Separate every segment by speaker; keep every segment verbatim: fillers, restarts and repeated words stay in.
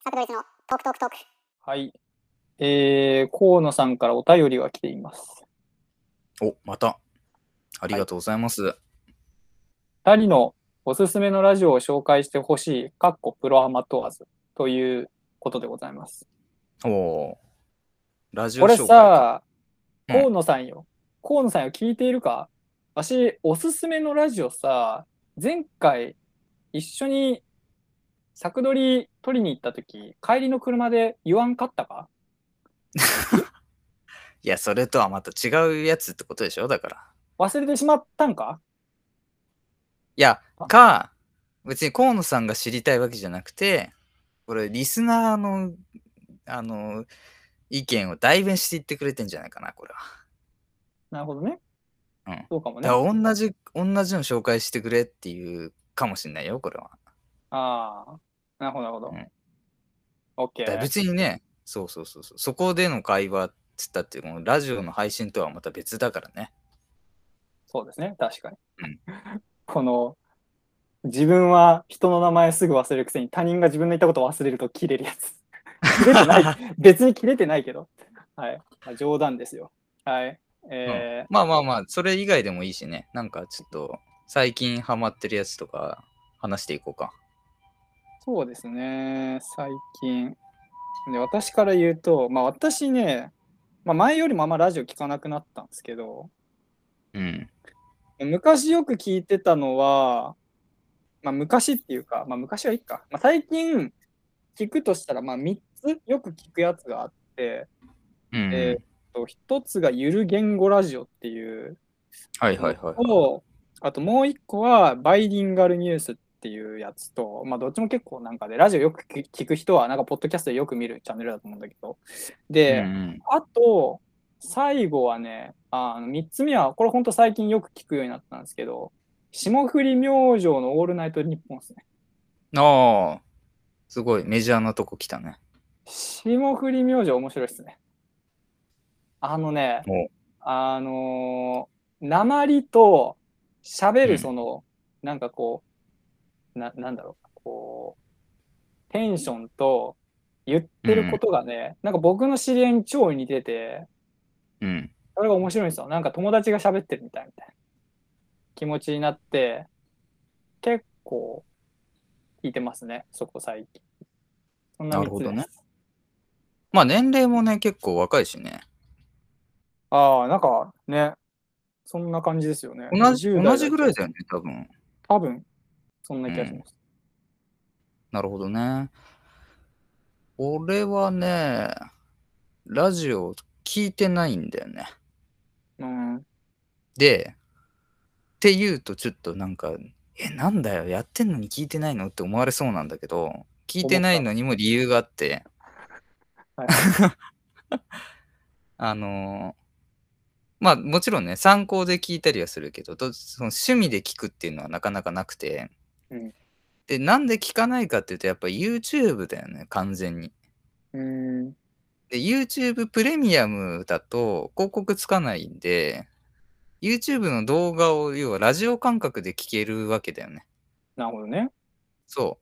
Speaker 1: サクドリスのトークトークトーク。
Speaker 2: はい。えー、河野さんからお便りが来ています。
Speaker 3: お、また。ありがとうございます。
Speaker 2: 二人のおすすめのラジオを紹介してほしい、かっこプロアマ問わずということでございます。
Speaker 3: おお。ラジオ
Speaker 2: これ
Speaker 3: 紹介か。
Speaker 2: さ、河野さんよ。河野さんよ、聞いているか？私、おすすめのラジオさ、前回一緒に作取り取りに行ったとき、帰りの車で言わんかったか？
Speaker 3: いや、それとはまた違うやつってことでしょだから。
Speaker 2: 忘れてしまったんか？
Speaker 3: いや、か、別に河野さんが知りたいわけじゃなくて、これ、リスナーの、あの、意見を代弁して言ってくれてんじゃないかな、これは。
Speaker 2: なるほどね。
Speaker 3: うん。
Speaker 2: そうかもね。
Speaker 3: だから同じ、同じの紹介してくれっていうかもしれないよ、これは。
Speaker 2: ああ、なるほど、なるほど。
Speaker 3: うん。
Speaker 2: オッケ
Speaker 3: だから
Speaker 2: ー。
Speaker 3: 別にね、そうそうそうそう、そこでの会話っつったっていう、このラジオの配信とはまた別だからね。
Speaker 2: そうですね、確かに。
Speaker 3: うん
Speaker 2: この、自分は人の名前すぐ忘れるくせに他人が自分の言ったことを忘れると切れるやつ。切れてない。別に切れてないけど。はい。まあ、冗談ですよ。はい。えー
Speaker 3: うん、まあまあまあ、それ以外でもいいしね。なんかちょっと、最近ハマってるやつとか話していこうか。
Speaker 2: そうですね、最近。で、私から言うと、まあ私ね、まあ、前よりもあんまラジオ聞かなくなったんですけど、
Speaker 3: うん。
Speaker 2: 昔よく聞いてたのは、まあ昔っていうか、まあ昔はいいか。まあ、最近聞くとしたら、まあみっつよく聞くやつがあって、
Speaker 3: うん、うん。
Speaker 2: えーっと、ひとつがゆる言語ラジオっていうの
Speaker 3: はいはいはい、はい。
Speaker 2: と、あともういっこはバイリンガルニュースっていうやつと、まあどっちも結構なんかで、ラジオよく聞く人はなんかポッドキャストでよく見るチャンネルだと思うんだけど、で、
Speaker 3: うんうん、
Speaker 2: あと、最後はね、あのみっつめは、これほんと最近よく聞くようになったんですけど、霜降り明星のオールナイトニッポンですね。
Speaker 3: ああ、すごいメジャーなとこ来たね。
Speaker 2: 霜降り明星面白いっすね。あのね、
Speaker 3: お
Speaker 2: あのー、訛りと喋るその、うん、なんかこう、な、なんだろう、こう、テンションと言ってることがね、うん、なんか僕の知り合いに超似てて、
Speaker 3: うん。
Speaker 2: それが面白いんですよ。なんか友達が喋ってるみたいみたいな気持ちになって、結構聞いてますね、そこ最近。そんなみっつです。
Speaker 3: ね、まあ年齢もね、結構若いしね。
Speaker 2: ああ、なんかね、そんな感じですよね。
Speaker 3: 同じ、同じぐらい
Speaker 2: だ
Speaker 3: だよね、多分。
Speaker 2: 多分、そんな気がします。
Speaker 3: うん、なるほどね。俺はね、ラジオ聞いてないんだよね。
Speaker 2: うん。
Speaker 3: で、って言うとちょっとなんか、え、なんだよ、やってんのに聞いてないのって思われそうなんだけど、聞いてないのにも理由があって、
Speaker 2: はいはい、
Speaker 3: あのー、まあもちろんね、参考で聞いたりはするけど、その趣味で聞くっていうのはなかなかなくて、
Speaker 2: うん、
Speaker 3: で、なんで聞かないかっていうと、やっぱ YouTube だよね、完全に。
Speaker 2: うん。
Speaker 3: で、YouTube プレミアムだと広告つかないんで、YouTube の動画を要はラジオ感覚で聞けるわけだよね。
Speaker 2: なるほどね。
Speaker 3: そう。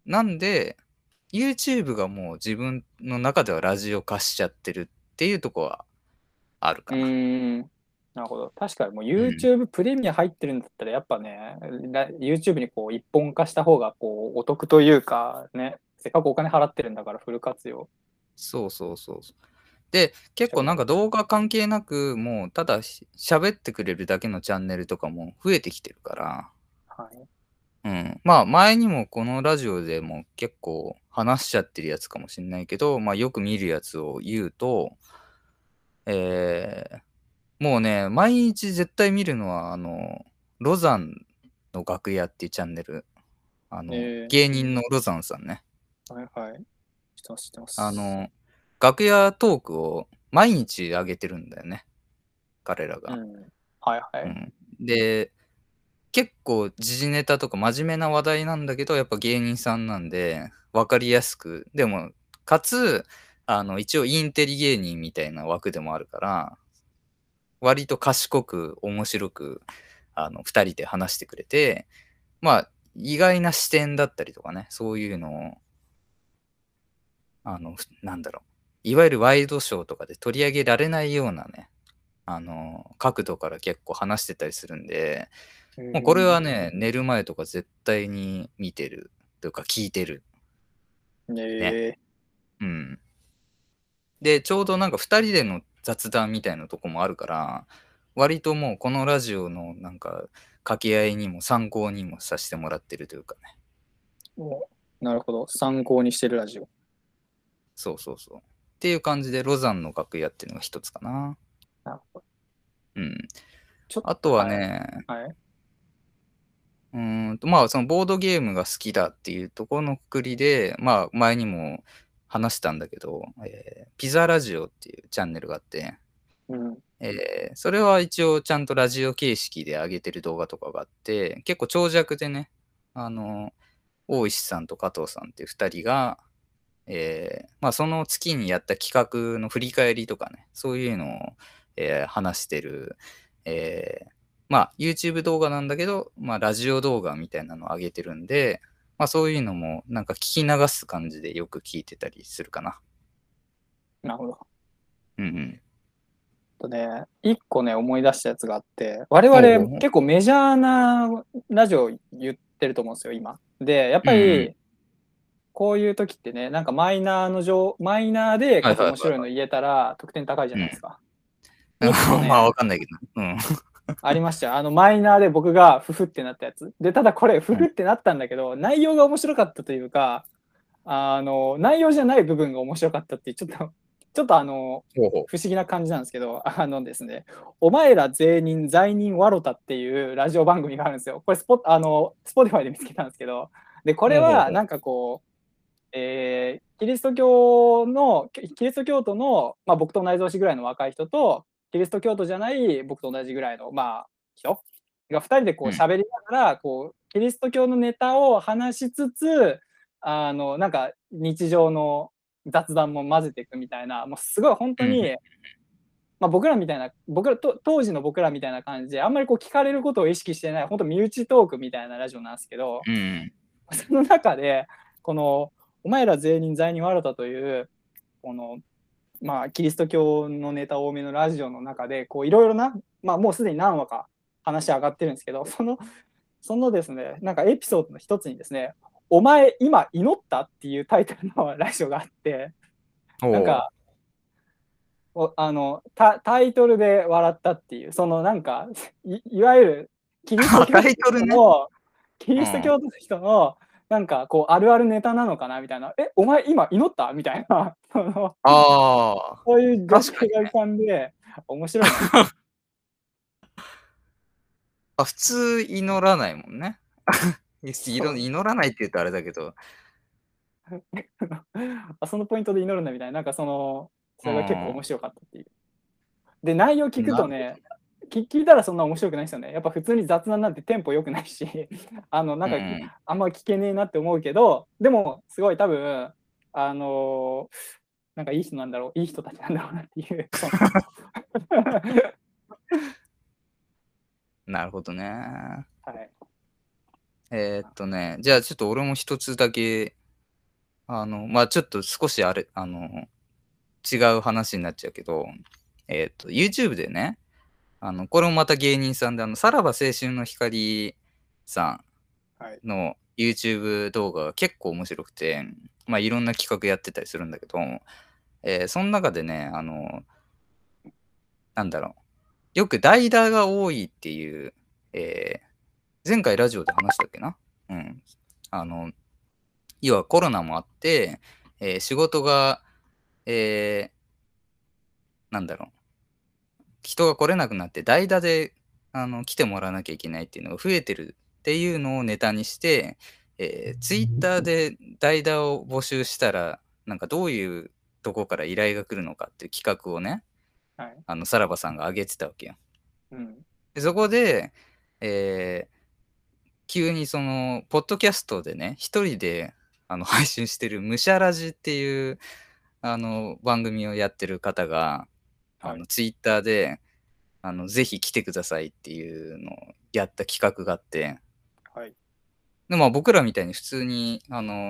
Speaker 3: なんで、YouTube がもう自分の中ではラジオ化しちゃってるっていうとこはあるかな。
Speaker 2: うん。なるほど。確かにもう
Speaker 3: うん。
Speaker 2: YouTube プレミア入ってるんだったらやっぱね、ラ YouTube にこう一本化した方がこうお得というかね、せっかくお金払ってるんだからフル活用。
Speaker 3: そうそうそうそう。で、結構なんか動画関係なく、もうただし喋ってくれるだけのチャンネルとかも増えてきてるから、
Speaker 2: はい。
Speaker 3: うん。まあ前にもこのラジオでも結構話しちゃってるやつかもしんないけど、まあよく見るやつを言うと、えーもうね、毎日絶対見るのは、あの、ロザンの楽屋っていうチャンネル。あの、
Speaker 2: えー、
Speaker 3: 芸人のロザンさんね。
Speaker 2: はいはい。知ってます、知ってます。
Speaker 3: あの、楽屋トークを毎日上げてるんだよね。彼らが。
Speaker 2: うん。はいはい。
Speaker 3: うん、で、結構時事ネタとか真面目な話題なんだけど、やっぱ芸人さんなんで、わかりやすく、でも、かつ、あの、一応インテリ芸人みたいな枠でもあるから、割と賢く面白くあのふたりで話してくれて、まあ意外な視点だったりとかね、そういうのをあの、ふなんだろう、いわゆるワイドショーとかで取り上げられないようなね、あの、角度から結構話してたりするんで、
Speaker 2: う
Speaker 3: もうこれは
Speaker 2: ん。
Speaker 3: ね、寝る前とか絶対に見てるというか聞いてるね。
Speaker 2: ええ
Speaker 3: うん。で、ちょうどなんかふたりでの雑談みたいなとこもあるから、割ともうこのラジオのなんか掛け合いにも参考にもさせてもらってるというかね。
Speaker 2: おなるほど。参考にしてるラジオ。
Speaker 3: そうそうそう。っていう感じでロザンの楽屋っていうのが一つかな。
Speaker 2: なるほど。
Speaker 3: うん。
Speaker 2: ちょっと、
Speaker 3: あとは
Speaker 2: はい。
Speaker 3: ね、
Speaker 2: はい。
Speaker 3: うーんと、まあ、そのボードゲームが好きだっていうところのくくりで、まあ、前にも話したんだけど、えーピザラジオっていうチャンネルがあって、
Speaker 2: うん。
Speaker 3: えーそれは一応ちゃんとラジオ形式で上げてる動画とかがあって、結構長尺でね、あの、大石さんと加藤さんっていうふたりが、えーまあ、その月にやった企画の振り返りとかね、そういうのを、えー話してる、えーまあ、YouTube 動画なんだけど、まあ、ラジオ動画みたいなのを上げてるんで、まあ、そういうのもなんか聞き流す感じでよく聞いてたりするかな。
Speaker 2: なるほど。
Speaker 3: うんうん。
Speaker 2: とね、一個ね、思い出したやつがあって、我
Speaker 3: ほうほうほう。
Speaker 2: 々結構メジャーなラジオ言ってると思うんですよ、今。で、やっ
Speaker 3: うんうん。
Speaker 2: ぱり、こういう時ってね、なんかマイナーの上、マイナーで
Speaker 3: はい
Speaker 2: かつ
Speaker 3: はいはいは
Speaker 2: 面白いの言えたら得点高いじゃ
Speaker 3: い。
Speaker 2: ないですか。
Speaker 3: うん。
Speaker 2: 一個
Speaker 3: まあ、わ
Speaker 2: ね、
Speaker 3: かんないけど。うん。
Speaker 2: ありましたよ。あのマイナーで僕がフフってなったやつ。で、ただこれフ
Speaker 3: うん。
Speaker 2: フってなったんだけど、内容が面白かったというか、あの、内容じゃない部分が面白かったっていう、ちょっと、ちょっとあの、
Speaker 3: ほうほう。
Speaker 2: 不思議な感じなんですけど、あのですね、お前ら全員罪人わろたっていうラジオ番組があるんですよ。これスポ、あの、スポティファイで見つけたんですけど、で、これ
Speaker 3: ほうほうほう。
Speaker 2: はなんかこう、えーキリスト教の、キリスト教徒の、まあ、僕と同い年ぐらいの若い人と、キリスト教徒じゃない僕と同じぐらいの、まあ、人がふたりでこう
Speaker 3: うん。
Speaker 2: 喋りながら、こう、キリスト教のネタを話しつつ、あの、なんか日常の雑談も混ぜていくみたいな、もうすごい本
Speaker 3: うん。
Speaker 2: 当に、まあ、僕らみたいな、僕らと、当時の僕らみたいな感じで、あんまりこう聞かれることを意識してない、本当身内トークみたいなラジオなんですけど、
Speaker 3: うん。
Speaker 2: その中で、この、お前ら全員罪人ワルタという、この、まあ、キリスト教のネタ多めのラジオの中で、こう、いろいろな、まあ、もうすでに何話か話上がってるんですけど、その、そのですね、なんかエピソードの一つにですね、お前今祈ったっていうタイトルのラジオがあって、なん
Speaker 3: ほう。
Speaker 2: か、あのタ、タイトルで笑ったっていう、そのなんか、い、いわゆるキリスト
Speaker 3: あ、タ
Speaker 2: 教徒の
Speaker 3: イトルね。
Speaker 2: 人の、キリスト
Speaker 3: うん。
Speaker 2: 教徒の人の、なんかこう、あるあるネタなのかなみたいな、え、お前今祈ったみたいな、その、
Speaker 3: ああ、
Speaker 2: そういう情
Speaker 3: 確かに。
Speaker 2: 景が浮かんで、面白いなと。
Speaker 3: あ、普通祈らないもんね。いしいろ
Speaker 2: そう。
Speaker 3: 祈らないって言うとあれだけど。
Speaker 2: あ、そのポイントで祈るんだみたいな、なんかその、そ
Speaker 3: う
Speaker 2: れが結構面
Speaker 3: ん。
Speaker 2: 白かったっていう。で、内容聞く
Speaker 3: なるほど。
Speaker 2: とね、き聞いたらそんな面白くないですよね。やっぱ普通に雑談なんてテンポ良くないし、あの、なんか、
Speaker 3: うんうん。
Speaker 2: あんま聞けねえなって思うけど、でも、すごい多分、あのーなんかいい人なんだろう、いい人たちなんだろうなっていう、その
Speaker 3: なるほどね。
Speaker 2: はい。
Speaker 3: えーっとね、じゃあちょっと俺も一つだけ、あの、ま、ちょっと少しあれあの、違う話になっちゃうけど、えーっと、YouTube でね、あの、これもまた芸人さんで、あの、さらば青春の光さ
Speaker 2: はい。
Speaker 3: んの YouTube 動画が結構面白くて、ま、いろんな企画やってたりするんだけど、えーそん中でね、あの、なんだろう、よく代打が多いっていう、えー前回ラジオで話したっけな？うん。あの、要はコロナもあって、えー仕事が、えーなんだろう、人が来れなくなって代打で、あの、来てもらわなきゃいけないっていうのが増えてるっていうのをネタにして、えー、Twitter で代打を募集したら、なんかどういうとこから依頼が来るのかっていう企画をね、
Speaker 2: はい。
Speaker 3: あの、さらばさんが上げてたわけよ。
Speaker 2: うん。
Speaker 3: で、そこで、えー急にその、ポッドキャストでね、一人で、あの、配信してるむしゃらじっていう、あの、番組をやってる方が、あ
Speaker 2: はい。
Speaker 3: の、ツイッターで、あの、ぜひ来てくださいっていうのをやった企画があって、
Speaker 2: はい。
Speaker 3: で、まあ、僕らみたいに普通に、あの、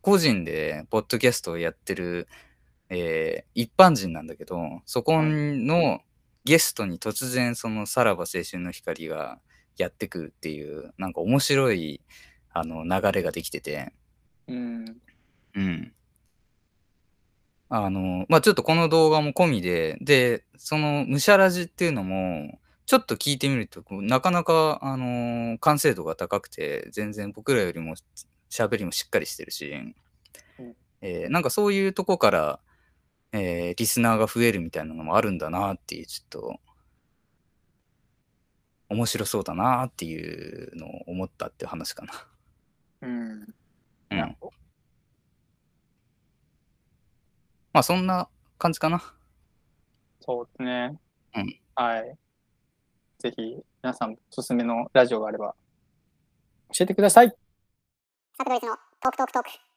Speaker 3: 個人でポッドキャストをやってる、えー一般人なんだけど、そこのゲストに突然そのさらば青春の光がやってくるっていう、なんか面白いあの流れができてて、
Speaker 2: うん。
Speaker 3: うん。あの、まあ、ちょっとこの動画も込みで、で、そのむしゃらじっていうのも、ちょっと聞いてみると、こうなかなか、あの、完成度が高くて、全然僕らよりも喋りもしっかりしてるし、
Speaker 2: うん
Speaker 3: えーなんかそういうとこから、えーリスナーが増えるみたいなのもあるんだなっていう、ちょっと面白そうだなっていうのを思ったっていう話かな。
Speaker 2: うん。
Speaker 3: うん。
Speaker 2: なるほど。
Speaker 3: まあそんな感じかな。
Speaker 2: そうですね。
Speaker 3: うん。
Speaker 2: はい。ぜひ、皆さん、おすすめのラジオがあれば、教えてください。
Speaker 1: サクドリスのトークトークトーク。